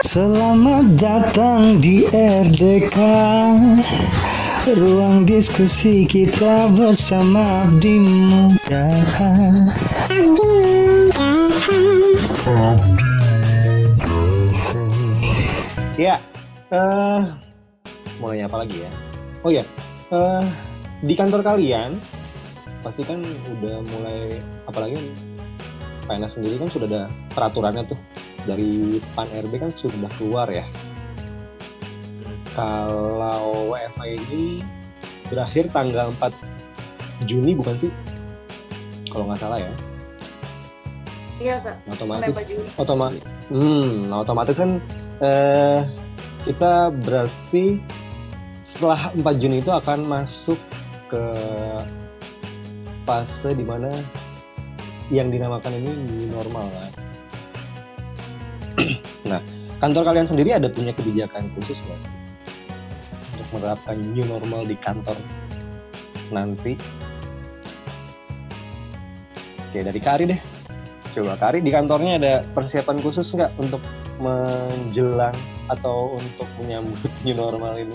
Selamat datang di RDK, ruang diskusi kita bersama Abdi Muda. Ya, mau nanya apa lagi ya? Oh ya, di kantor kalian pasti kan udah mulai, apalagi PNS sendiri kan sudah ada peraturannya tuh dari PAN RB kan sudah keluar ya. Kalau WFH ini berakhir tanggal 4 Juni bukan sih? Kalau nggak salah ya. Iya Kak. Otomatis kan kita berarti setelah 4 Juni itu akan masuk ke fase dimana yang dinamakan ini new normal kan. Nah, kantor kalian sendiri ada punya kebijakan khusus nggak untuk menerapkan new normal di kantor nanti? Oke, dari Kak Ari deh. Coba Kak Ari, di kantornya ada persiapan khusus nggak untuk menjelang atau untuk menyambut new normal ini?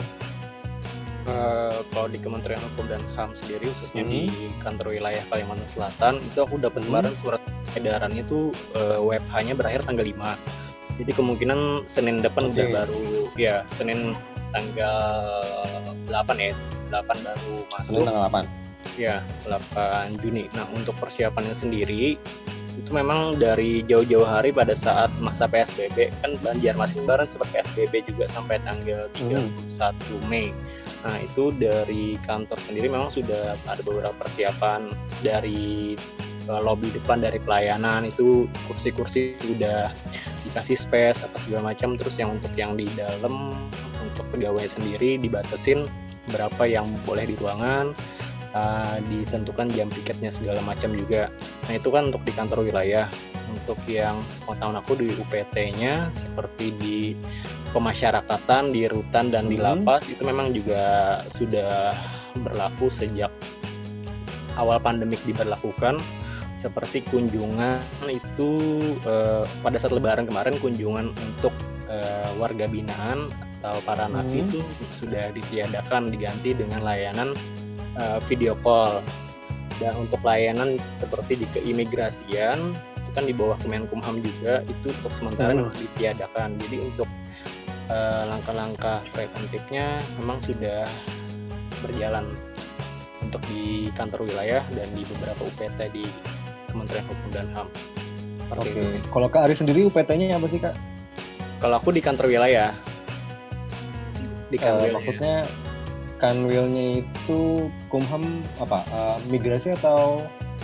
Kalau di Kementerian Hukum dan HAM sendiri, khususnya di kantor wilayah Kalimantan Selatan, itu aku dapat kemarin surat edarannya itu WFH-nya berakhir tanggal 5. Jadi kemungkinan Senin depan udah baru, ya Senin tanggal 8 ya, 8 baru masuk. Senin tanggal 8? Ya, 8 Juni. Nah, untuk persiapannya sendiri, itu memang dari jauh-jauh hari pada saat masa PSBB, kan Banjarmasin kemarin sempat PSBB juga sampai tanggal 31 Mei. Nah, itu dari kantor sendiri memang sudah ada beberapa persiapan dari lobi depan dari pelayanan, itu kursi-kursi sudah dikasih space apa segala macam. Terus yang untuk yang di dalam untuk pegawai sendiri dibatasin berapa yang boleh di ruangan, ditentukan jam piketnya segala macam juga. Nah, itu kan untuk di kantor wilayah. Untuk yang sepengetahuan aku di UPT-nya seperti di pemasyarakatan, di rutan dan di lapas itu memang juga sudah berlaku sejak awal pandemik diberlakukan. Seperti kunjungan itu pada saat Lebaran kemarin, kunjungan untuk warga binaan atau para napi itu sudah ditiadakan, diganti dengan layanan video call. Dan untuk layanan seperti di keimigrasian itu kan di bawah Kemenkumham juga, itu untuk sementara memang ditiadakan. Jadi untuk langkah-langkah preventifnya memang sudah berjalan untuk di kantor wilayah dan di beberapa UPT di Kementerian Hukum dan HAM. Oke. Kalau Kak Ari sendiri UPT-nya apa sih Kak? Kalau aku di kantor wilayah. Di kantor maksudnya Kanwilnya itu Kumham apa? Migrasi atau?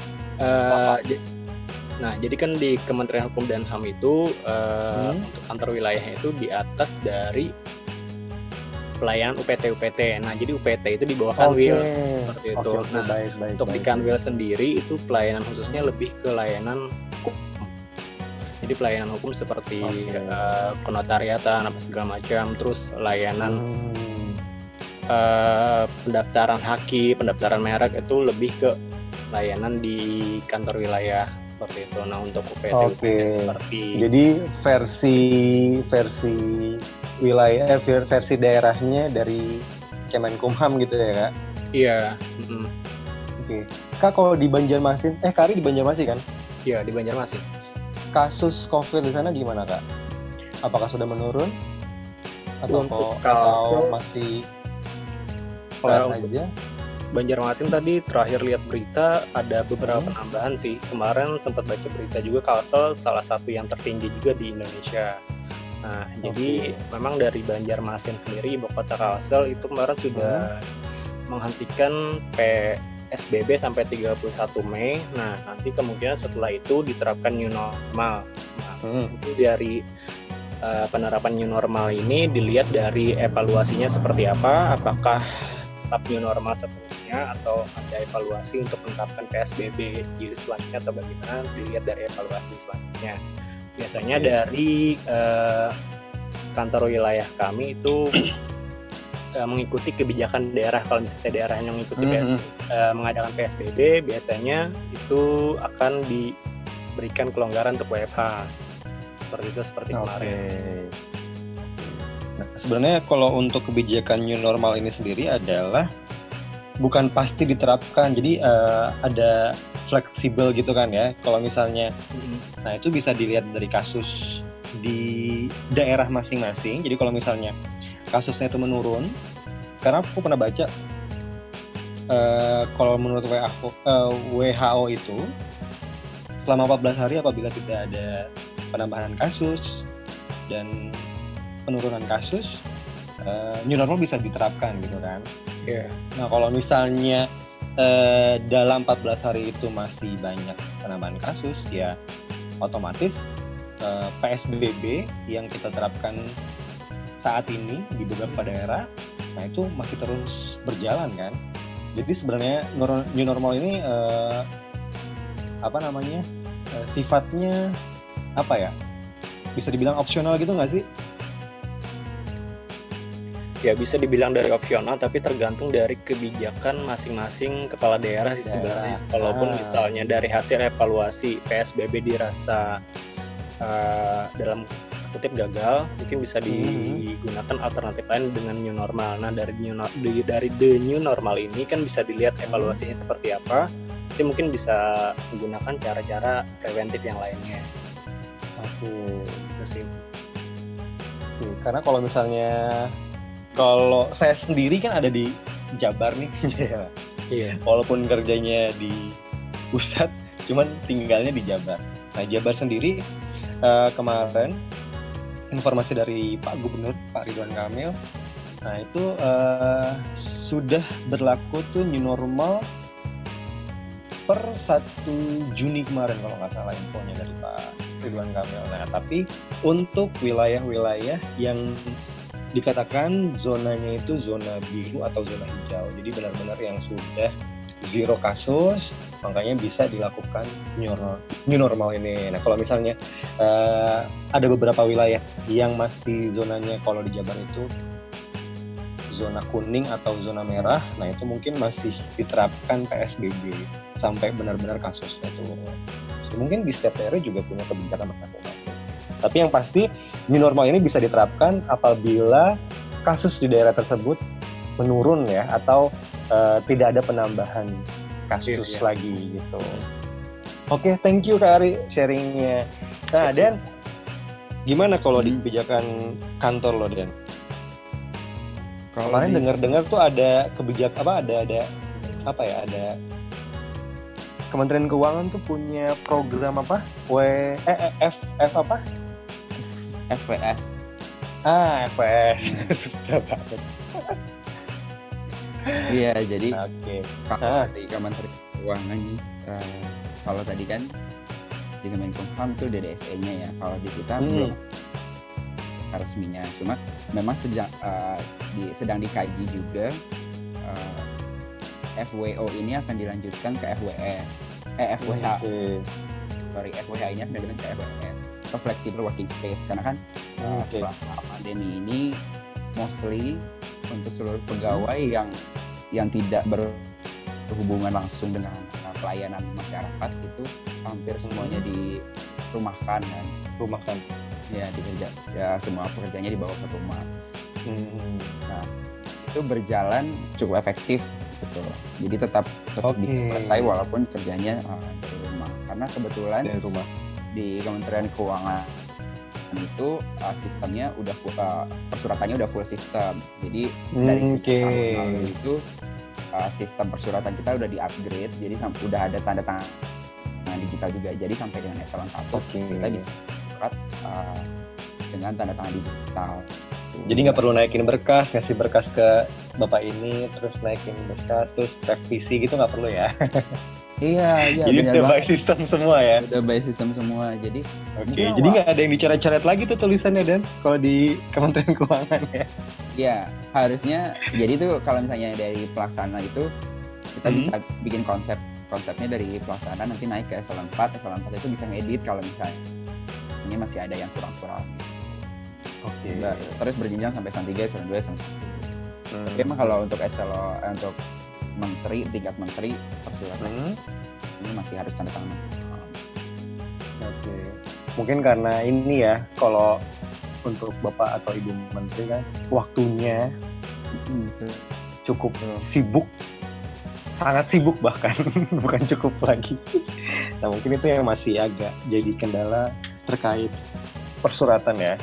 Nah, jadi kan di Kementerian Hukum dan HAM itu untuk kantor wilayahnya itu di atas dari pelayanan UPT. Nah, jadi UPT itu di bawah Kanwil seperti itu. Nah, untuk di Kanwil sendiri itu pelayanan khususnya lebih ke layanan hukum. Jadi pelayanan hukum seperti penotariatan apa segala macam, terus layanan pendaftaran haki, pendaftaran merek itu lebih ke layanan di kantor wilayah seperti itu. Nah, untuk UPT seperti jadi versi wilayah versi daerahnya dari Kemenkumham gitu ya Kak? Iya. Oke. Kak, kalau di Banjarmasin, Kak Ari di Banjarmasin kan? Iya, di Banjarmasin. Kasus COVID di sana gimana Kak? Apakah sudah menurun? Atau masih flat aja? Banjarmasin tadi terakhir lihat berita ada beberapa penambahan sih. Kemarin sempat baca berita juga Kalsel salah satu yang tertinggi juga di Indonesia. Nah, jadi memang dari Banjarmasin sendiri, ibu kota Kalsel itu kemarin sudah menghentikan PSBB sampai 31 Mei. Nah, nanti kemungkinan setelah itu diterapkan new normal. Nah, itu dari penerapan new normal ini dilihat dari evaluasinya seperti apa, apakah tetap new normal seterusnya atau ada evaluasi untuk menetapkan PSBB di selanjutnya atau bagaimana, dilihat dari evaluasi selanjutnya. Biasanya dari kantor wilayah kami itu mengikuti kebijakan daerah. Kalau misalnya daerah yang mengikuti mengadakan PSBB, biasanya itu akan diberikan kelonggaran untuk WFH. Seperti itu, seperti kemarin. Nah, sebenarnya kalau untuk kebijakan new normal ini sendiri adalah bukan pasti diterapkan, jadi ada fleksibel gitu kan ya. Kalau misalnya, nah itu bisa dilihat dari kasus di daerah masing-masing. Jadi kalau misalnya kasusnya itu menurun, karena aku pernah baca kalau menurut WHO itu selama 14 hari apabila tidak ada penambahan kasus dan penurunan kasus, new normal bisa diterapkan gitu kan. Iya. Nah kalau misalnya dalam 14 hari itu masih banyak penambahan kasus, ya otomatis PSBB yang kita terapkan saat ini di beberapa daerah, nah itu masih terus berjalan kan. Jadi sebenarnya new normal ini sifatnya apa ya? Bisa dibilang opsional gitu nggak sih? Ya bisa dibilang dari opsional, tapi tergantung dari kebijakan masing-masing kepala daerah sih sebenarnya. Walaupun misalnya dari hasil evaluasi PSBB dirasa dalam kutip gagal, mungkin bisa digunakan alternatif lain dengan new normal. Nah dari the new normal ini kan bisa dilihat evaluasinya seperti apa. Jadi mungkin bisa menggunakan cara-cara preventif yang lainnya. Oke, Itu sih. Karena kalau saya sendiri kan ada di Jabar nih, Iya. walaupun kerjanya di pusat, cuman tinggalnya di Jabar. Nah Jabar sendiri kemarin informasi dari Pak Gubernur Pak Ridwan Kamil, nah itu sudah berlaku tuh new normal per 1 Juni kemarin kalau nggak salah infonya dari Pak Ridwan Kamil. Nah tapi untuk wilayah-wilayah yang dikatakan zonanya itu zona biru atau zona hijau, jadi benar-benar yang sudah zero kasus, makanya bisa dilakukan new normal ini. Nah kalau misalnya ada beberapa wilayah yang masih zonanya kalau di Jabar itu zona kuning atau zona merah, nah itu mungkin masih diterapkan PSBB sampai benar-benar kasusnya turun. Mungkin di setiap daerah juga punya kebijakan masing-masing. Tapi yang pasti new normal ini bisa diterapkan apabila kasus di daerah tersebut menurun ya, atau tidak ada penambahan kasus lagi gitu. Oke, thank you Kak Ari sharingnya. Nah, Dan, gimana kalau di kebijakan kantor lo, Dan? Kemarin dengar-dengar tuh ada kebijakan ada Kementerian Keuangan tuh punya program apa? FWS. FWS. Iya, jadi kalau Oke. di Kementerian Keuangan nih, kalau tadi kan di Kemenkumham tuh ada DSE-nya ya. Kalau di kita belum resminya, cuma memang sedang dikaji juga. FWO ini akan dilanjutkan ke FWH. FWH ini akan dilanjutkan ke FWS, atau Flexible Working Space, karena kan setelah pandemi ini mostly untuk seluruh pegawai yang tidak berhubungan langsung dengan pelayanan masyarakat itu hampir semuanya dirumahkan kan. Ya, semua pekerjaannya dibawa ke rumah. Nah, itu berjalan cukup efektif gitu. Jadi tetap bisa selesai walaupun kerjanya dari rumah. Karena kebetulan di Kementerian Keuangan itu sistemnya udah persyaratannya udah full sistem. Jadi dari tahun lalu itu sistem persyaratan kita udah di-upgrade, jadi udah ada tanda tangan digital juga. Jadi sampai dengan eselon 1 kita bisa surat dengan tanda tangan digital. Jadi nggak perlu naikin berkas, ngasih berkas ke bapak ini, terus naikin berkas, terus revisi gitu nggak perlu ya? Iya. Jadi udah by system semua ya? Udah by system semua, jadi jadi nggak ada yang dicoret-coret lagi tuh tulisannya, Dan, kalau di Kementerian Keuangan ya? Iya, harusnya. Jadi tuh kalau misalnya dari pelaksana itu kita bisa bikin konsepnya dari pelaksana, nanti naik ke eselon 4 itu bisa ngedit kalau misalnya ini masih ada yang kurang-kurang. Terus berjenjang sampai eselon 3, eselon 2, eselon 1. Tapi emang kalau untuk untuk tingkat menteri persyaratan ini masih harus tanda tangan. Mungkin karena ini ya, kalau untuk Bapak atau Ibu Menteri kan waktunya cukup sibuk, sangat sibuk bahkan, bukan cukup lagi. Nah mungkin itu yang masih agak jadi kendala terkait persuratan ya.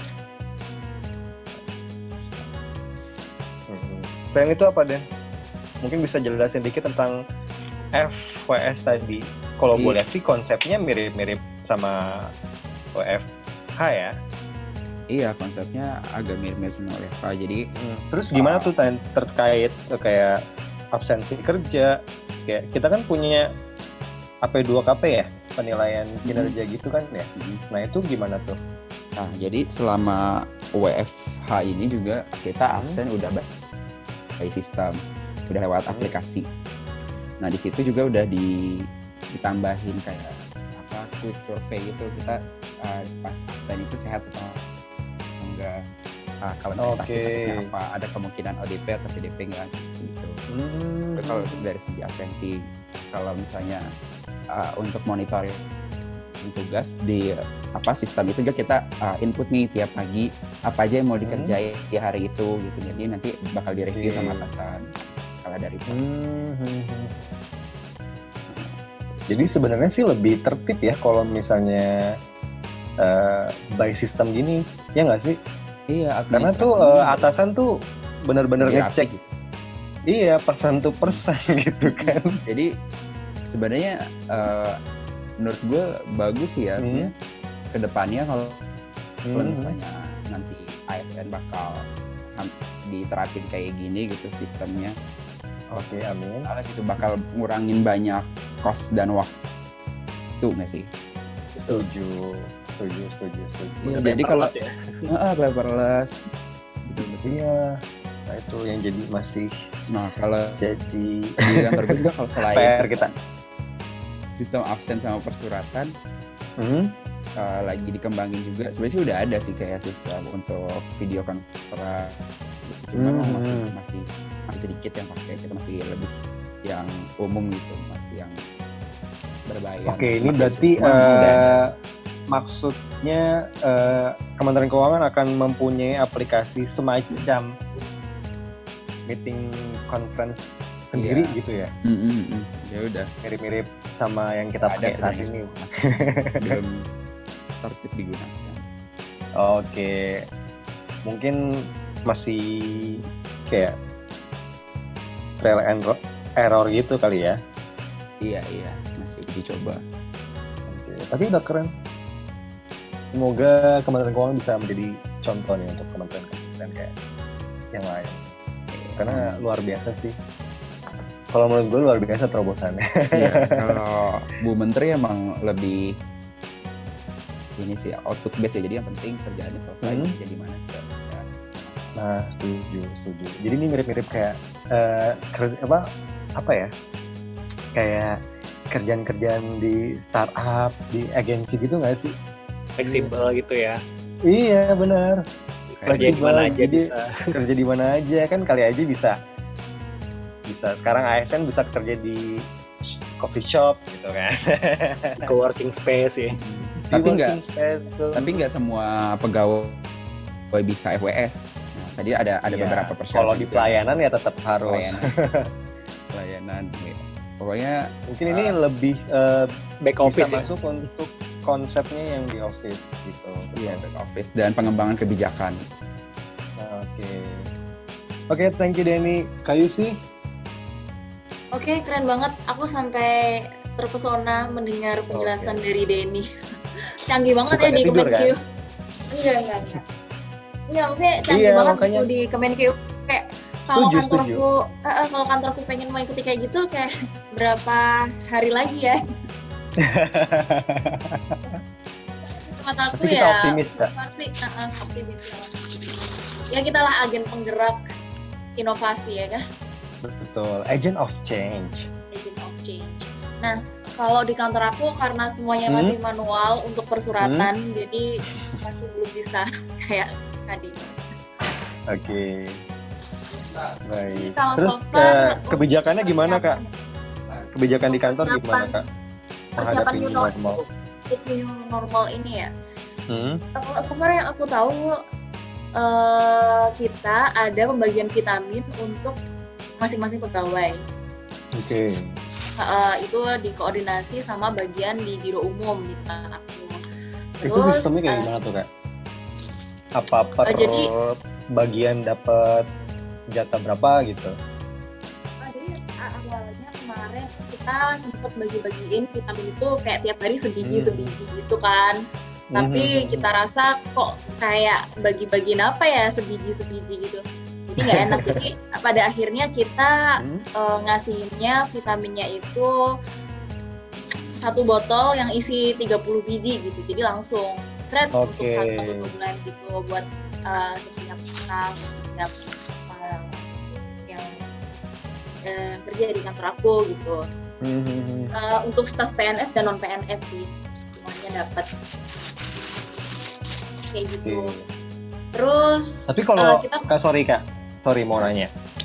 Selain itu apa Den? Mungkin bisa jelasin dikit tentang FWS tadi. Kalau boleh sih konsepnya mirip-mirip sama WFH ya? Iya, konsepnya agak mirip-mirip sama WFH. Jadi terus gimana tuh terkait kayak absensi kerja? Kayak kita kan punya AP2KP ya, penilaian kinerja gitu kan ya. Nah itu gimana tuh? Nah, jadi selama WFH ini juga kita absen udah by sistem, udah lewat aplikasi. Nah di situ juga udah ditambahin kayak quick survey gitu, kita pas absen itu sehat atau enggak, kalau sakitnya apa, ada kemungkinan ODP atau PDP enggak gitu. Itu kalau dari segi absensi. Kalau misalnya untuk monitoring tugas di sistem itu juga kita input nih tiap pagi apa aja yang mau dikerjain di hari itu gitu. Jadi nanti bakal direview sama atasan kalau dari itu. Jadi sebenarnya sih lebih tertib ya kalau misalnya by system gini, ya nggak sih? Iya. Karena tuh atasan tuh benar-benar ngecek. Gitu. Iya, person to person gitu kan. Jadi sebenarnya menurut gue bagus sih ya, maksudnya kedepannya kalau misalnya nanti ASN bakal diterapin kayak gini gitu sistemnya. Oke, amin. Karena itu bakal ngurangin banyak cost dan waktu nggak sih? Setuju. Ya, jadi kalau paperless, betul. Iya. Nah itu yang jadi masih. Nah kalau jadi di kantor gue juga kalau selain PR kita sistem absen sama persuratan lagi dikembangin juga. Sebenarnya sih udah ada sih kayak sistem untuk video konferensi, cuma masih sedikit yang pakai, kita masih lebih yang umum gitu, masih yang berbayar. Oke, ini berarti maksudnya Kementerian Keuangan akan mempunyai aplikasi semacam meeting conference sendiri gitu ya? Ya udah. Mirip-mirip sama yang kita pakai saat ini. Belum tertib digunakan. Oke, mungkin masih kayak trial and error gitu kali ya? Iya, masih uji coba. Oke, tapi udah keren. Semoga Kementerian Keuangan bisa menjadi contoh nih untuk kementerian kayak yang lain. Karena luar biasa sih. Kalau menurut gue luar biasa terobosannya. Iya, kalau Bu Menteri emang lebih ini sih output base ya, jadi yang penting kerjaannya selesai jadi mana. Nah, setuju. Jadi ini mirip-mirip kayak apa ya? Kayak kerjaan-kerjaan di startup, di agensi gitu nggak sih? Fleksibel gitu ya. Iya, benar. Kerja di mana aja bisa. Kerja di mana aja kan, kali aja bisa. Sekarang ASN bisa kerja di coffee shop gitu kan. Co-working space ya. Tapi nggak semua pegawai bisa FWS. Nah, tadi ada beberapa persyaratan. Kalau di pelayanan ya tetap harus. Pelayanan. Pokoknya mungkin ini lebih back office bisa masuk untuk konsepnya yang di office gitu. Iya, back office dan pengembangan kebijakan. Oke, thank you Denny. Kayu sih? Oke, keren banget. Aku sampai terpesona mendengar penjelasan dari Denny. Canggih banget ya di Kemenq. Kan? Enggak, maksudnya canggih banget makanya... gitu di Kemenq. Kayak kalau kantorku pengen mengikuti kayak gitu, kayak berapa hari lagi ya? Cuma aku ya optimis, Kak. Optimis ya, kita lah agen penggerak inovasi ya kan. Betul, agent of change. Nah, kalau di kantor aku karena semuanya masih manual untuk persuratan, jadi masih belum bisa kayak tadi. Oke. Baik. Terus kebijakannya gimana, Kak? Kebijakan di kantor gimana, Kak? Persiapan new normal ini ya. Kemarin yang aku tahu kita ada pembagian vitamin untuk masing-masing pegawai. Oke. Itu dikoordinasi sama bagian di biro umum gitu kan aku. Itu sistemnya kayak gimana tuh Kak? Apa per jadi, bagian dapat jatah berapa gitu? Jadi awalnya kemarin kita sempat bagi-bagiin vitamin itu kayak tiap hari sebiji gitu kan. Tapi kita rasa kok kayak bagi-bagiin apa ya sebiji gitu. Jadi nggak enak. Jadi pada akhirnya kita ngasihinnya vitaminnya itu 1 botol yang isi 30 biji gitu. Jadi langsung untuk 1 bulan gitu buat setiap staff, setiap yang kerja di kantor aku gitu. Untuk staff PNS dan non PNS sih semuanya dapat kayak gitu. Terus tapi kalau sorry mau nanya.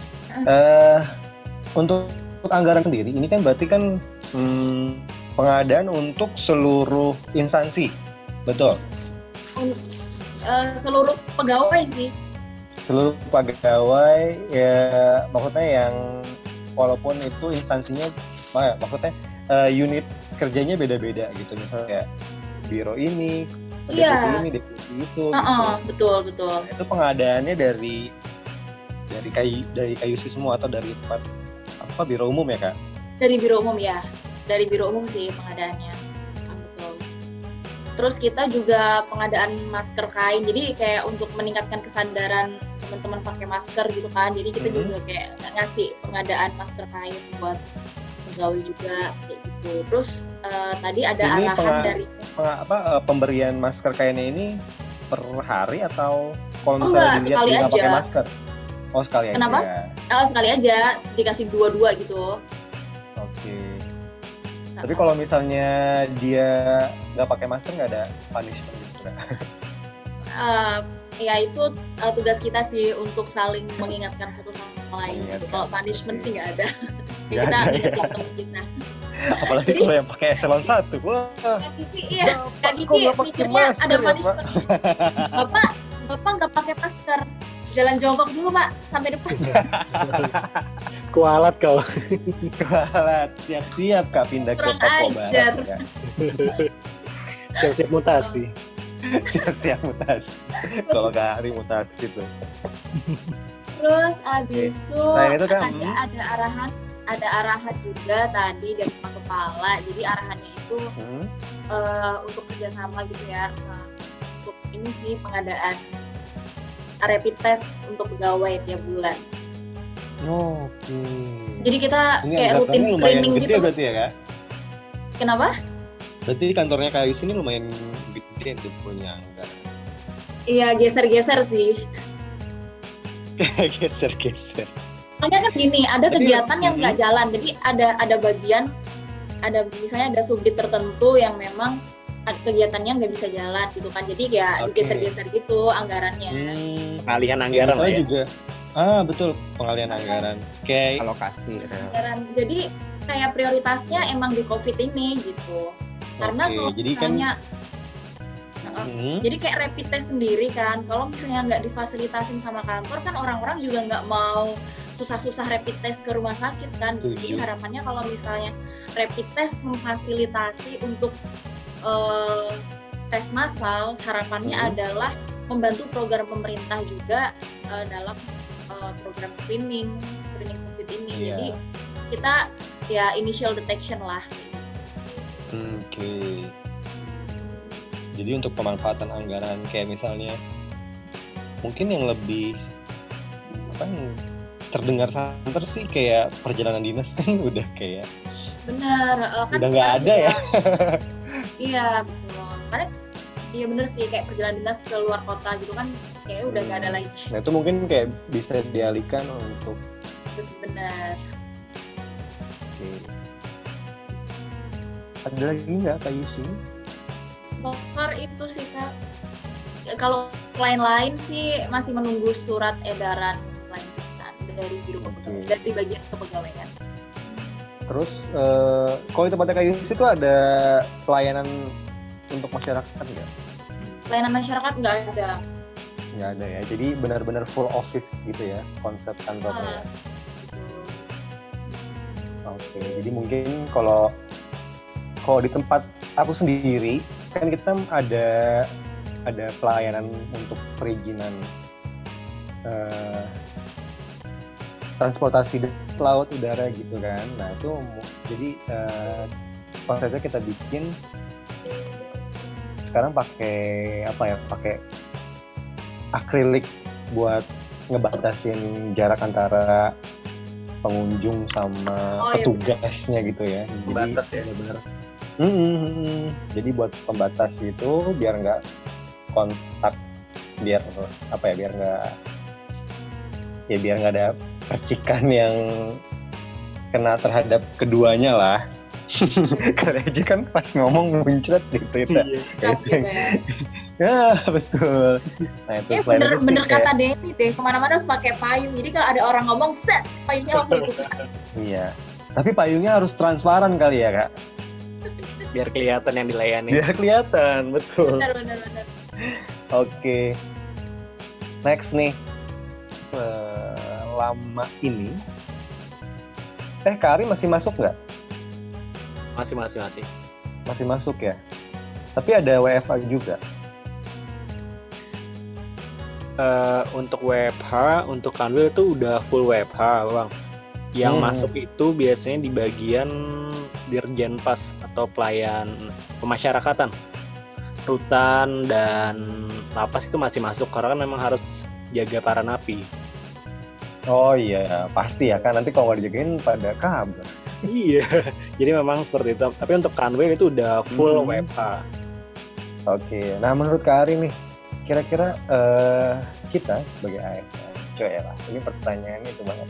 Untuk anggaran sendiri ini kan berarti kan pengadaan untuk seluruh instansi, betul? Seluruh pegawai sih. Seluruh pegawai ya, maksudnya yang walaupun itu instansinya, maksudnya unit kerjanya beda-beda gitu, misalnya kayak biro ini, deputi itu. Betul. Nah, itu pengadaannya dari KUC semua atau dari tempat biro umum ya Kak? Dari biro umum ya, dari biro umum sih pengadaannya. Betul. Terus kita juga pengadaan masker kain, jadi kayak untuk meningkatkan kesadaran teman-teman pakai masker gitu kan. Jadi kita juga kayak ngasih pengadaan masker kain buat pegawai juga kayak gitu. Terus tadi ada ini arahan dari pemberian masker kainnya ini per hari atau kalau misalnya dilihat dia nggak pakai masker? Oh sekali aja. Kenapa? Sekali aja dikasih 2 gitu. Oke. Tapi kalau misalnya dia nggak pakai masker nggak ada punishment gitu kan? Ya itu tugas kita sih untuk saling mengingatkan satu sama lain. Kalau punishment sih nggak ada. Kita ingetin teman kita. Apalagi kalau yang pakai eselon 1. Wah. Kak Gigi mikirnya ada punishment. Bapak nggak pakai masker. Jalan jongkok dulu Pak sampai depan. Kualat kau. Kualat. Siap-siap Kak pindah ke Papua Barat. Siap-siap mutasi. Siap mutasi. Kalau Kak Ari mutasi gitu. Terus abis itu kan, tadi ada arahan juga tadi dari Pak Kepala. Jadi arahannya itu untuk kerjasama gitu ya. Untuk ini sih pengadaan rapid test untuk pegawai tiap bulan. Oke. Jadi kita ini kayak rutin screening gitu. Berarti ya Kak? Kenapa? Berarti kantornya kayak di sini lumayan gede tuh punya anggaran. Iya, geser-geser sih. Geser-geser. Makanya kan gini, ada kegiatan yang nggak jalan. Jadi ada bagian, misalnya ada subdit tertentu yang memang kegiatannya nggak bisa jalan gitu kan. Jadi ya digeser-geser gitu anggarannya. Pengalihan anggaran lah ya. Juga. Betul, pengalihan anggaran. Kayak alokasi. Anggaran. Jadi kayak prioritasnya emang di COVID ini gitu. Karena kalau misalnya jadi kayak rapid test sendiri kan, kalau misalnya nggak difasilitasin sama kantor kan orang-orang juga nggak mau susah-susah rapid test ke rumah sakit kan. Jadi harapannya kalau misalnya rapid test memfasilitasi untuk tes massal, harapannya adalah membantu program pemerintah juga dalam program screening COVID ini. Jadi kita ya initial detection lah. Oke. Jadi untuk pemanfaatan anggaran kayak misalnya mungkin yang lebih terdengar santer sih kayak perjalanan dinas kan udah kayak benar kan udah nggak ada ya. Iya betul. Karena iya bener sih kayak perjalanan dinas ke luar kota gitu kan kayak udah nggak ada lagi. Nah itu mungkin kayak bisa dialihkan untuk benar. Oke. Ada lagi nggak kayak sih? Lokar itu sih Kak. Kalau lain-lain sih masih menunggu surat edaran lanjutan dari biro dari bagian kepegawaian. Terus kalau di tempatnya kayak itu ada pelayanan untuk masyarakat nggak? Pelayanan masyarakat nggak ada. nggak ada ya. Jadi benar-benar full office gitu ya konsep kantornya. Oke, jadi mungkin kalau di tempat aku sendiri kan kita ada pelayanan untuk perizinan transportasi laut, udara gitu kan. Nah itu jadi konsepnya kita bikin sekarang pakai akrilik buat ngebatasin jarak antara pengunjung sama petugasnya gitu ya. Jadi benar-benar. Jadi buat pembatas itu biar nggak kontak, biar nggak ada percikan yang kena terhadap keduanya lah. Karena aja kan pas ngomong muncrat gitu ya. Betul. Nah itu bener kata Denny deh, kemana-mana harus pakai payung. Jadi kalau ada orang ngomong set, payungnya langsung buka. Iya. Tapi payungnya harus transparan kali ya kak. Biar kelihatan yang dilayani. Biar kelihatan, betul. Benar. Oke. Next nih. Selama ini Kak Ari masih masuk nggak? Masih. Masih masuk ya? Tapi ada WFH juga? Untuk WFH, untuk Kanwil itu udah full WFH Bang. Yang masuk itu biasanya di bagian Dirjen Pas atau pelayan pemasyarakatan. Rutan dan lapas itu masih masuk karena kan memang harus jaga para napi. Oh iya, pasti ya kan, nanti kalau nggak dijagain pada kabur. Iya, jadi memang seperti itu. Tapi untuk Kanwil itu udah full WFH. Oke, nah menurut Kak Ari nih, kira-kira kita sebagai ASN, coy lah, ini pertanyaannya itu banget.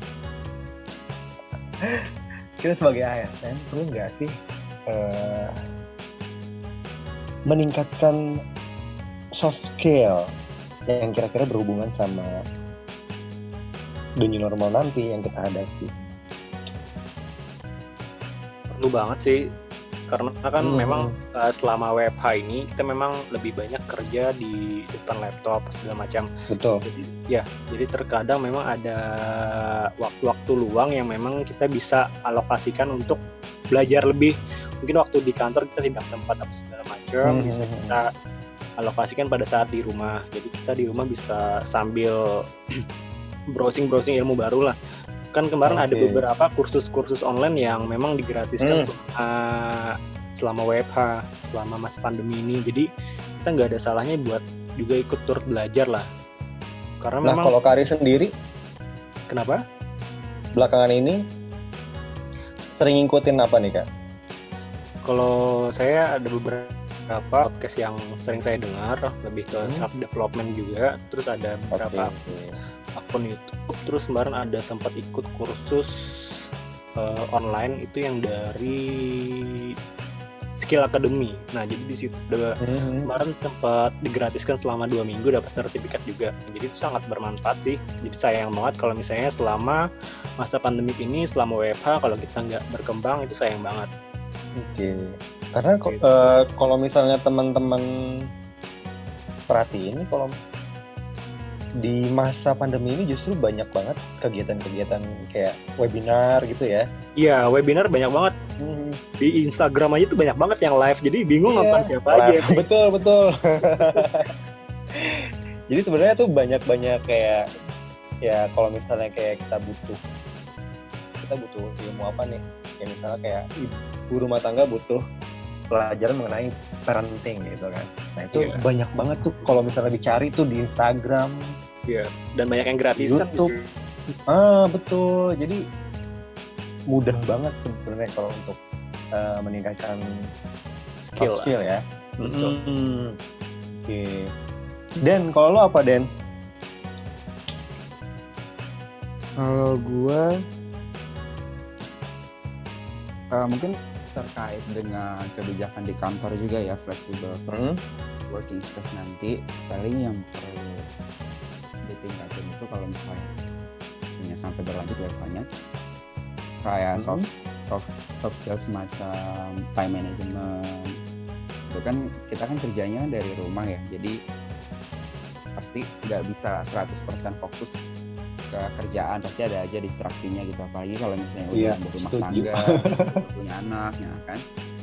Kita sebagai ASN perlu nggak sih meningkatkan soft skill yang kira-kira berhubungan sama the new normal nanti yang kita hadapi? Perlu banget sih, karena kan memang selama WFH ini kita memang lebih banyak kerja di depan laptop segala macam. Betul. Jadi terkadang memang ada waktu-waktu luang yang memang kita bisa alokasikan untuk belajar lebih. Mungkin waktu di kantor kita tidak sempat apa segala macam, bisa kita alokasikan pada saat di rumah. Jadi kita di rumah bisa sambil browsing ilmu baru lah. Kan kemarin ada beberapa kursus online yang memang digratiskan selama WFH, selama masa pandemi ini. Jadi kita nggak ada salahnya buat juga ikut turut belajar lah. Karena memang. Kalau Kak Ari sendiri, kenapa? Belakangan ini sering ngikutin apa nih Kak? Kalau saya ada beberapa podcast yang sering saya dengar, lebih ke self development juga. Terus ada beberapa akun YouTube. Terus kemarin ada sempat ikut kursus online itu yang dari Skill Academy. Nah jadi di situ kemarin sempat digratiskan selama 2 minggu, dapat sertifikat juga. Jadi itu sangat bermanfaat sih. Jadi sayang banget kalau misalnya selama masa pandemi ini, selama WFH kalau kita nggak berkembang, itu sayang banget. Oke. Karena kalau misalnya teman-teman perhatiin, kalau di masa pandemi ini justru banyak banget kegiatan-kegiatan kayak webinar gitu ya. Iya, webinar banyak banget. Di Instagram aja tuh banyak banget yang live, jadi bingung nonton siapa aja. Betul. Jadi sebenarnya tuh banyak kayak ya kalau misalnya kayak kita butuh ilmu apa nih? Kayak misalnya kayak ibu rumah tangga butuh pelajaran mengenai parenting gitu kan. Nah itu banyak banget tuh kalau misalnya dicari tuh di Instagram. Iya. Dan banyak yang gratisan YouTube. Betul. Jadi mudah banget sebenarnya kalau untuk meningkatkan skill ya. Betul. Oke. Den, kalau lo apa Den? Kalau gua mungkin terkait dengan kebijakan di kantor juga ya, flexible working space nanti paling yang perlu ditingkatin itu kalau misalnya sampai berlanjut WFH-nya kayak soft skill semacam time management. Itu kan kita kan kerjanya dari rumah ya, jadi pasti pasti nggak bisa 100% fokus ke kerjaan, pasti ada aja distraksinya gitu, apalagi kalau misalnya udah berumah tangga, punya anak ya kan,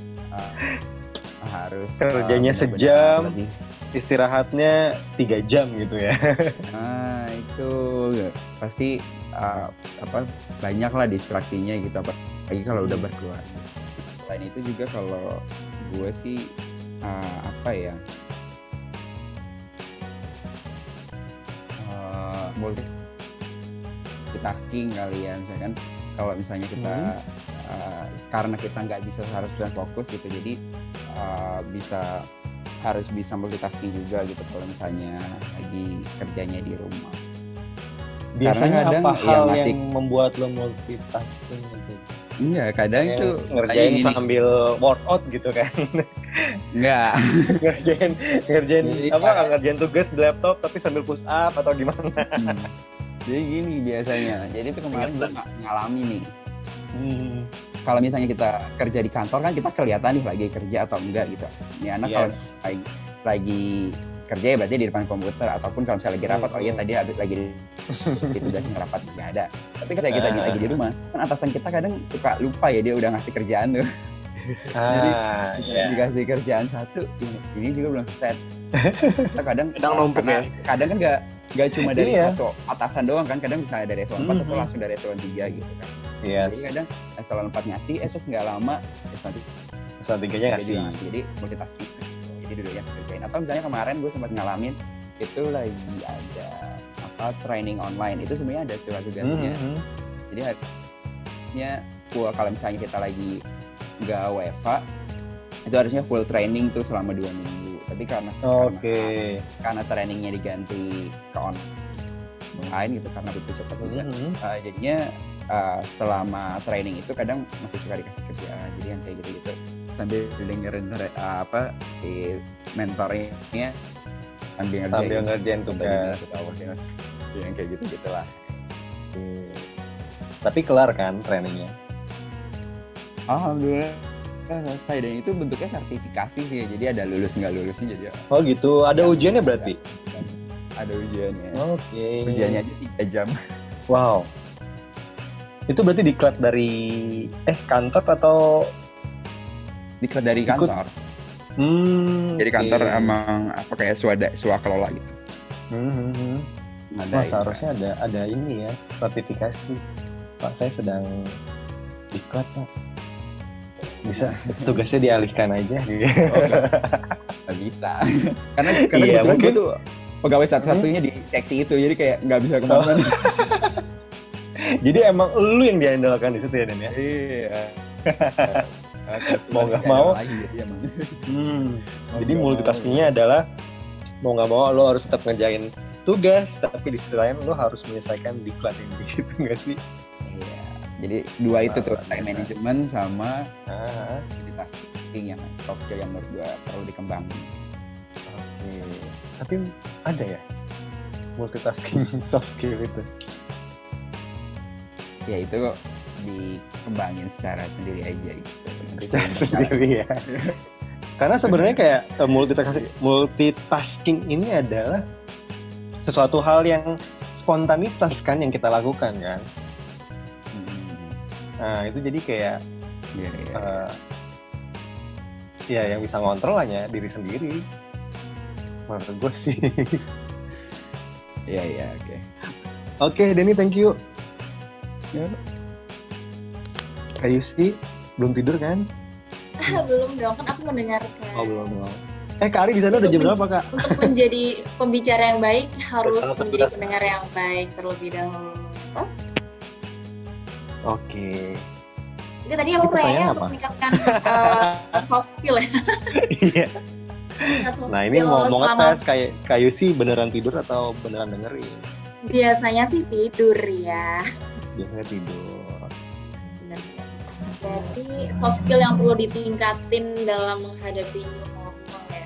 harus kerjanya sejam, istirahatnya 3 jam gitu ya. Nah itu pasti banyak lah distraksinya gitu, apalagi kalau udah berkeluarga. Selain itu juga kalau gue sih multitasking kali ya, misalkan kalau misalnya kita karena kita nggak bisa 100% fokus gitu, jadi harus bisa multitasking juga gitu kalau misalnya lagi kerjanya di rumah. Biasanya apa hal yang membuat lo multitasking gitu? Enggak, kadang tuh ngerjain sambil workout gitu kan. Enggak. ngerjain tugas di laptop tapi sambil push up atau gimana? Jadi gini biasanya. Jadi tuh kemarin gue ngalamin nih. Kalau misalnya kita kerja di kantor kan kita kelihatan nih lagi kerja atau enggak gitu. Ini anak kalau lagi kerja ya berarti di depan komputer, ataupun kalau misalnya lagi rapat, oh iya tadi lagi di tugasnya rapat, nggak ada. Tapi kalau kita lagi di rumah, kan atasan kita kadang suka lupa ya dia udah ngasih kerjaan tuh. Jadi dikasih kerjaan satu, ini juga belum selesai. Kita kadang numpuk ya. Kadang kan nggak cuma dari satu atasan doang kan, kadang bisa dari eselon 4 atau langsung dari eselon 3 gitu kan. Jadi kadang eselon 4 ngasih, terus nggak lama eselon 3-nya ngasih. Jadi multitasking. Jadi dulu yang kerjain. Atau misalnya kemarin gue sempat ngalamin itu lagi ada training online, itu sebenarnya ada surat tugasnya. Jadi harusnya kalau misalnya kita lagi nggak WFH itu harusnya full training tuh selama 2 minggu. Tapi karena trainingnya diganti ke online gitu karena butuh cepat juga. Jadinya selama training itu kadang masih suka dikasih kerjaan. Jadi yang kayak gitu-gitu sambil dengerin si mentornya sambil ngerjain tugas yang kayak gitu-gitulah. Tapi kelar kan trainingnya? Alhamdulillah selesai, dan itu bentuknya sertifikasi sih ya, jadi ada lulus nggak lulusnya. Jadi gitu, ada ujiannya berarti? Ada ujiannya. Ujiannya aja 3 jam. Wow. Itu berarti diklat dari kantor atau diklat dari kantor? Jadi kantor emang kayak swakelola gitu. Seharusnya ada ini ya, sertifikasi. Pak, saya sedang diklat, Pak. Bisa tugasnya dialihkan aja gitu. Nggak bisa. Karena gue tuh pegawai satu-satunya di seksi itu, jadi kayak nggak bisa kemana-mana. Jadi emang lu yang diandalkan di situ ya, Den ya? Iya. Mau nggak mau. Jadi multitaskingnya adalah mau nggak mau lo harus tetap ngerjain tugas, tapi di sisi lain lo harus menyelesaikan diklat ini, gitu nggak sih? Iya. Jadi 2 itu tuh, time management sama multitasking yang soft skill yang menurut gue perlu dikembangin. Tapi ada ya multitasking soft skill itu? Ya itu kok dikembangin secara sendiri aja gitu. Sendiri ya. Karena sebenarnya kayak multitasking ini adalah sesuatu hal yang spontanitas kan yang kita lakukan kan. Nah itu jadi kayak yang bisa ngontrol hanya diri sendiri. Menurut gue sih. Iya oke. Oke, Denny, thank you. Ya. Kak Yusi, belum tidur kan? Belum dong, kan aku mendengarkan. Belum. Kak Ari di sana udah jam berapa, Kak? Untuk menjadi pembicara yang baik harus menjadi pendengar yang baik terlebih dahulu. Oke. Jadi tadi apa pertanyaannya untuk meningkatkan soft skill ya? Iya. Nah ini mau ngetes kayak Kak Yusi beneran tidur atau beneran dengerin? Biasanya sih tidur ya. Biasanya tidur. Jadi soft skill yang perlu ditingkatin dalam menghadapi new normal ya.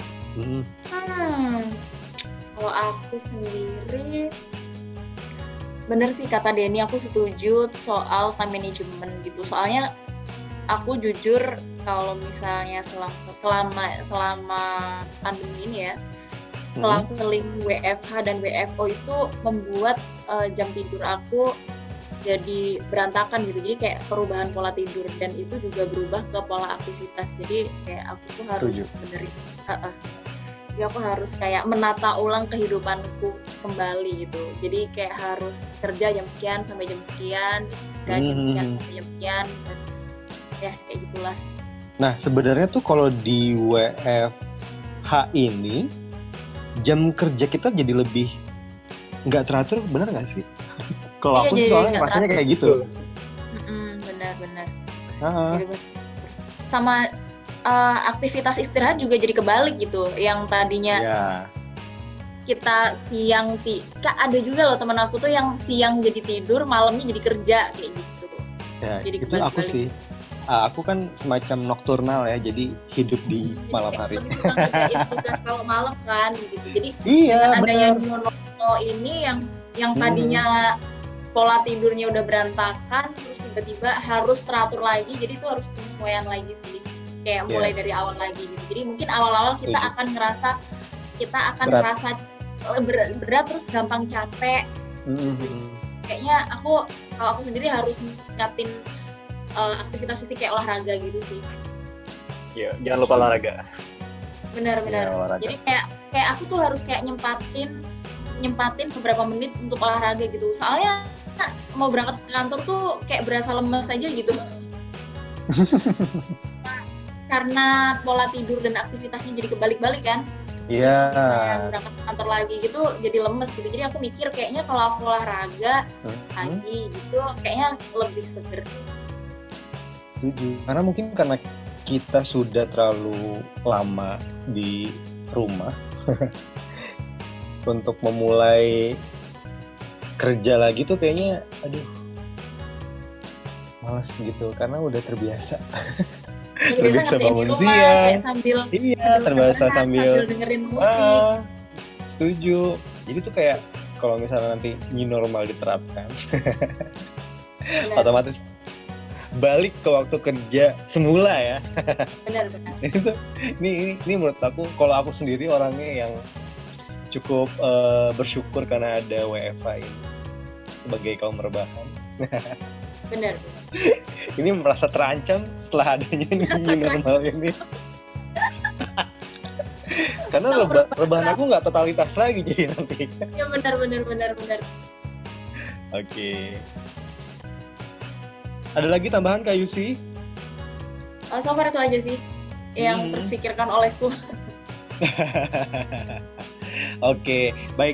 Kalau aku sendiri, bener sih kata Denny, aku setuju soal time management gitu. Soalnya aku jujur kalau misalnya selama pandemi ini ya, selang-seling WFH dan WFO itu membuat jam tidur aku jadi berantakan gitu. Jadi kayak perubahan pola tidur, dan itu juga berubah ke pola aktivitas. Jadi kayak aku tuh harus benerin. Jadi aku harus kayak menata ulang kehidupanku kembali gitu. Jadi kayak harus kerja jam sekian sampai jam sekian, jam sekian sampai jam sekian, dan ya kayak gitulah. Nah sebenarnya tuh kalau di WFH ini jam kerja kita jadi lebih nggak teratur, benar nggak sih? Kalau aku soalnya rasanya kayak gitu. Benar. Sama aktivitas istirahat juga jadi kebalik gitu. Yang tadinya kita siang ada juga loh teman aku tuh yang siang jadi tidur, malamnya jadi kerja kayak gitu. Ya, jadi itu aku sih. Aku kan semacam nokturnal ya, jadi hidup di malam hari. Tugas kalau malam kan gitu. Jadi dengan adanya new normal ini yang tadinya pola tidurnya udah berantakan, terus tiba-tiba harus teratur lagi, jadi itu harus penyesuaian lagi sih, kayak mulai dari awal lagi gitu. Jadi mungkin awal-awal kita akan ngerasa berat terus gampang capek. Kayaknya kalau aku sendiri harus nyiapin aktivitas fisik kayak olahraga gitu sih. Iya, jangan lupa olahraga. Benar. Ya, jadi kayak aku tuh harus kayak nyempatin beberapa menit untuk olahraga gitu. Soalnya mau berangkat ke kantor tuh kayak berasa lemes aja gitu. Karena pola tidur dan aktivitasnya jadi kebalik-balik kan. Iya. Saya berangkat ke kantor lagi gitu jadi lemes gitu. Jadi aku mikir kayaknya kalau aku olahraga pagi gitu kayaknya lebih seger. Karena mungkin karena kita sudah terlalu lama di rumah untuk memulai kerja lagi tuh kayaknya malas gitu karena udah terbiasa. Lebih bisa ngerjain di rumah kayak sambil terbiasa sambil dengerin musik. Setuju. Jadi tuh kayak kalau misalnya nanti new normal diterapkan otomatis balik ke waktu kerja semula ya. Benar. Ini menurut aku, kalau aku sendiri orangnya yang cukup bersyukur karena ada WFH ini sebagai kaum rebahan. Benar. Ini merasa terancam setelah adanya new normal ini. Karena rebahan aku nggak totalitas lagi jadi nanti. Ya benar. Oke. Ada lagi tambahan Kak Yusi? So far itu aja sih yang terfikirkan olehku. Oke, baik.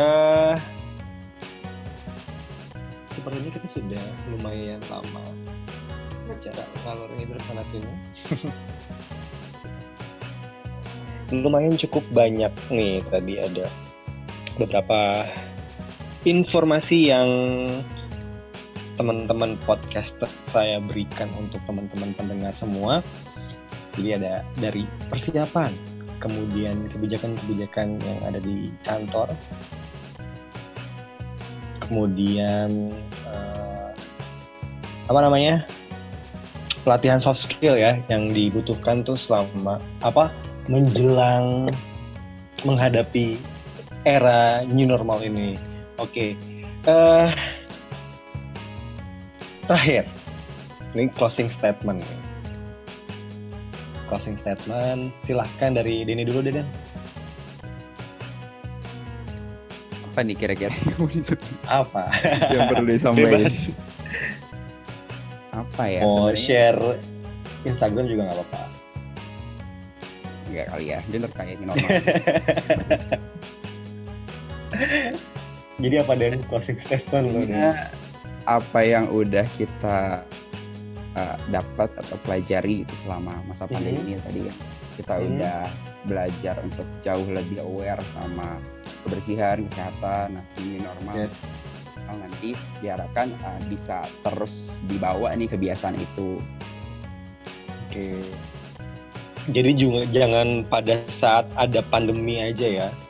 Sepertinya kita sudah lumayan lama bicara ngalor ngidul sana sini. Lumayan cukup banyak nih, tadi ada beberapa informasi yang teman-teman podcaster saya berikan untuk teman-teman pendengar semua. Jadi ada dari persiapan, kemudian kebijakan-kebijakan yang ada di kantor, kemudian pelatihan soft skill ya yang dibutuhkan tuh selama menjelang menghadapi era new normal ini. Oke. Terakhir, ini closing statement. Silahkan dari Denny dulu, Deden. Apa nih kira-kira Apa? yang perlu disampaikan? Apa ya? Mau share Instagram juga nggak apa-apa. Enggak kali ya, dia terkait normal. Jadi apa Den closing statement lo? Apa yang udah kita dapat atau pelajari itu selama masa pandemi ini tadi kan kita udah belajar untuk jauh lebih aware sama kebersihan, kesehatan, ini normal. Nanti diharapkan bisa terus dibawa nih kebiasaan itu. Oke. Jadi juga jangan pada saat ada pandemi aja ya.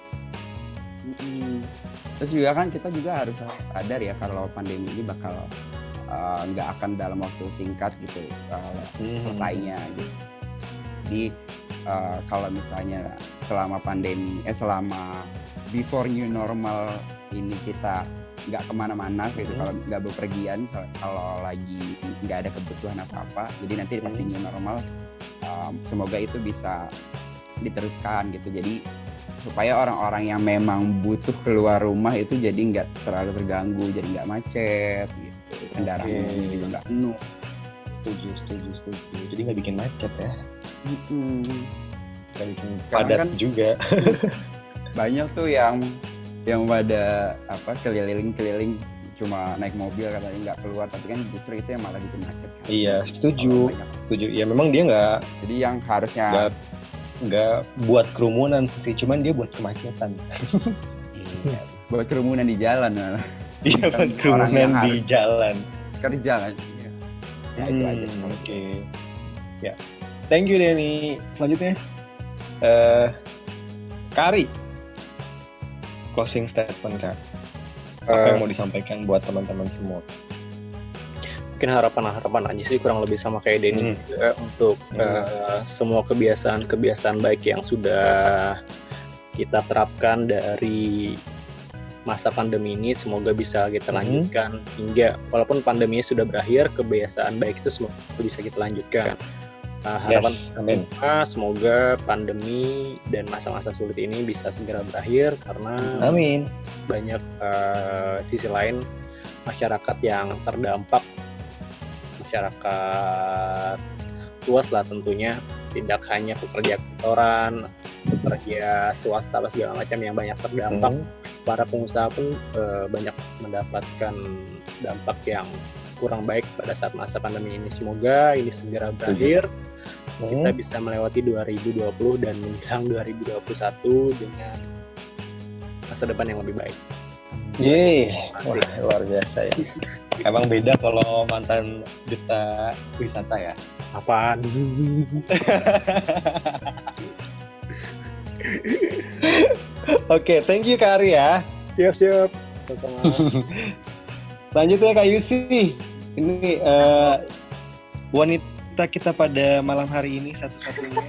Terus juga kan kita juga harus sadar ya kalau pandemi ini bakal nggak akan dalam waktu singkat gitu selesainya gitu. Jadi kalau misalnya selama before new normal ini kita nggak kemana-mana gitu, kalau nggak bepergian, kalau lagi nggak ada kebutuhan apa-apa, jadi nanti pasti new normal, semoga itu bisa diteruskan gitu, jadi supaya orang-orang yang memang butuh keluar rumah itu jadi nggak terlalu terganggu, jadi nggak macet gitu, kendaraan juga nggak penuh. Setuju. Jadi nggak bikin macet ya. Nggak bikin padat kan, juga. Banyak tuh yang pada keliling cuma naik mobil katanya nggak keluar, tapi kan justru itu yang malah bikin macet kan. Iya, setuju. Ya memang dia nggak. Jadi yang harusnya nggak buat kerumunan sih, cuman dia buat kemacetan. Iya, buat kerumunan di jalan malah. Iya, buat kerumunan di jalan. Kerja kan. Ya itu aja. Oke. Ya. Thank you Denny. Selanjutnya Kari. Closing statement Kak. Apa yang mau disampaikan buat teman-teman semua? Mungkin harapan aja sih, kurang lebih sama kayak Denny juga, untuk semua kebiasaan baik yang sudah kita terapkan dari masa pandemi ini, semoga bisa kita lanjutkan hingga walaupun pandemi sudah berakhir, kebiasaan baik itu semoga bisa kita lanjutkan. Harapan semoga pandemi dan masa-masa sulit ini bisa segera berakhir, karena banyak sisi lain masyarakat yang terdampak, masyarakat luas lah tentunya, tidak hanya pekerja kantoran, pekerja swasta segala macam yang banyak terdampak. Para pengusaha pun banyak mendapatkan dampak yang kurang baik pada saat masa pandemi ini. Semoga ini segera berakhir, kita bisa melewati 2020 dan menjelang 2021 dengan masa depan yang lebih baik. Wah, luar biasa ya. Emang beda kalau mantan duta wisata ya. Apaan? Oke, thank you Kak Ari ya. Siap. Sama-sama. Selanjutnya Kak Yusi. Ini wanita kita pada malam hari ini satu-satunya.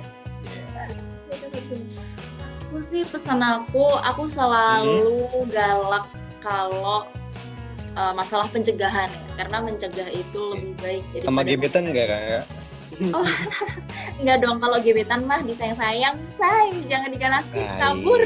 Aku sih pesan aku selalu galak kalau masalah pencegahan ya, karena mencegah itu lebih baik. Sama gebetan enggak Kak? Oh, enggak dong, kalau gebetan mah disayang-sayang, jangan digalakin, kabur.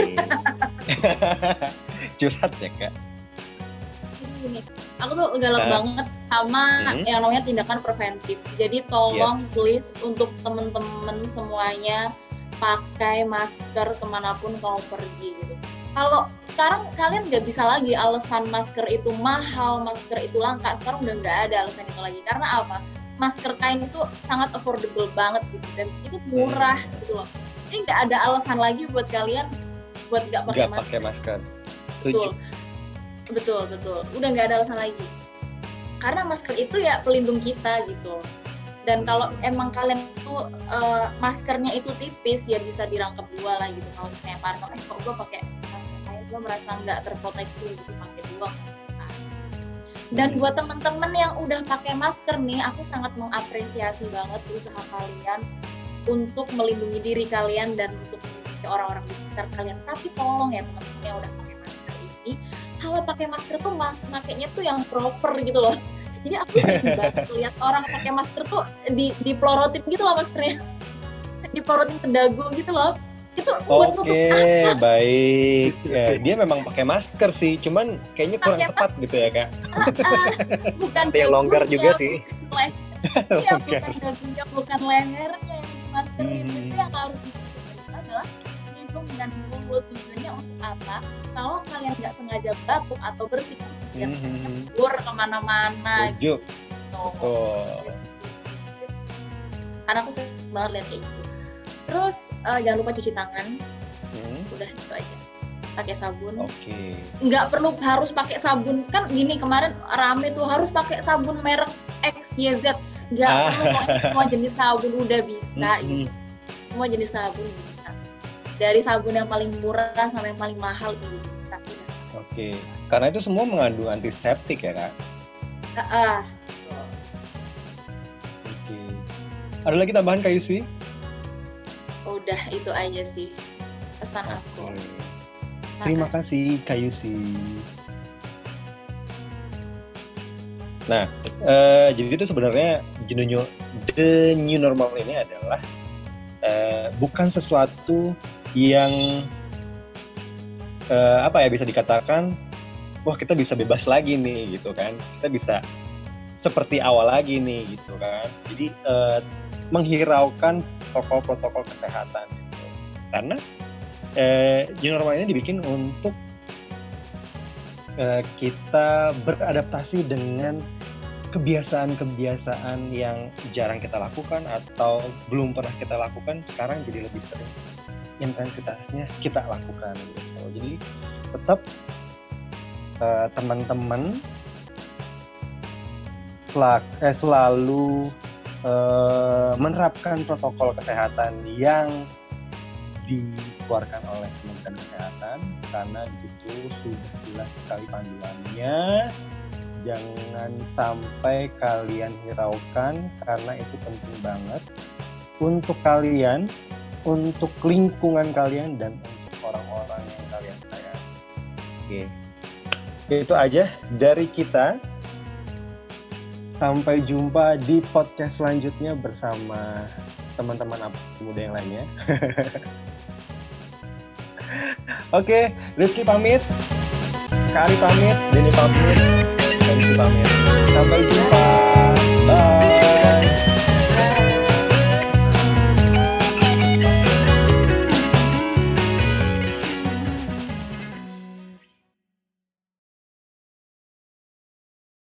Curhat ya Kak? Gini, aku tuh galak banget sama yang namanya tindakan preventif. Jadi tolong please untuk temen-temen semuanya pakai masker kemanapun kamu pergi gitu. Kalau sekarang kalian nggak bisa lagi alasan masker itu mahal, masker itu langka. Sekarang udah nggak ada alasan itu lagi. Karena apa? Masker kain itu sangat affordable banget gitu, dan itu murah gitu loh. Jadi nggak ada alasan lagi buat kalian buat nggak pakai masker. Betul. Udah nggak ada alasan lagi. Karena masker itu ya pelindung kita gitu. Dan kalau emang kalian tuh maskernya itu tipis, ya bisa dirangkap dua lah gitu. Kalau misalnya parno, kok gue pakai masker kain, gue merasa nggak terproteksi gitu, pakai dua. Dan buat teman-teman yang udah pakai masker nih, aku sangat mengapresiasi banget usaha kalian untuk melindungi diri kalian dan untuk melindungi orang-orang di sekitar kalian. Tapi tolong ya teman-teman yang udah pakai masker ini, kalau pakai masker tuh makainya tuh yang proper gitu loh. Jadi aku sering banget lihat orang pakai masker tuh dipelorotin gitu loh maskernya, dipelorotin ke dagu gitu loh. Itu buat nutup apa? Baik. Ya, dia memang pakai masker sih, cuman kayaknya kurang tepat gitu ya Kak. Bukan yang longgar juga sih. Iya, bukan dagunya, bukan lehernya yang di masker itu yang harus ditutup adalah hidung dan mulut. Tujuannya untuk apa? Kalau kalian nggak sengaja batuk atau bersih, biar nyebur kemana-mana. Gitu. Karena aku sering banget lihat kayak gitu. Terus jangan lupa cuci tangan. Udah itu aja. Pakai sabun. Nggak perlu harus pakai sabun. Kan gini, kemarin rame tuh harus pakai sabun merek XYZ. Nggak perlu, semua jenis sabun udah bisa gitu. Semua jenis sabun bisa. Dari sabun yang paling murah sampai yang paling mahal itu bisa. Karena itu semua mengandung antiseptik ya Kak? Ada lagi tambahan Kak Yusi? Udah itu aja sih pesan aku. Terima kasih Kak Yusi. Nah, jadi itu sebenarnya the new normal ini adalah bukan sesuatu yang bisa dikatakan, wah kita bisa bebas lagi nih gitu kan, kita bisa seperti awal lagi nih gitu kan. Jadi menghiraukan protokol kesehatan gitu. Karena new normal ini dibikin untuk kita beradaptasi dengan kebiasaan-kebiasaan yang jarang kita lakukan atau belum pernah kita lakukan, sekarang jadi lebih sering intensitasnya kita lakukan gitu. Jadi tetap teman-teman selalu menerapkan protokol kesehatan yang dikeluarkan oleh Kementerian Kesehatan, karena di situ sudah jelas sekali panduannya. Jangan sampai kalian hiraukan, karena itu penting banget untuk kalian, untuk lingkungan kalian, dan untuk orang-orang yang kalian sayang. Oke, itu aja dari kita. Sampai jumpa di podcast selanjutnya bersama teman-teman muda yang lainnya. Oke, Rizky pamit, Kak Ari pamit, Denny pamit, dan Rizky pamit. Sampai jumpa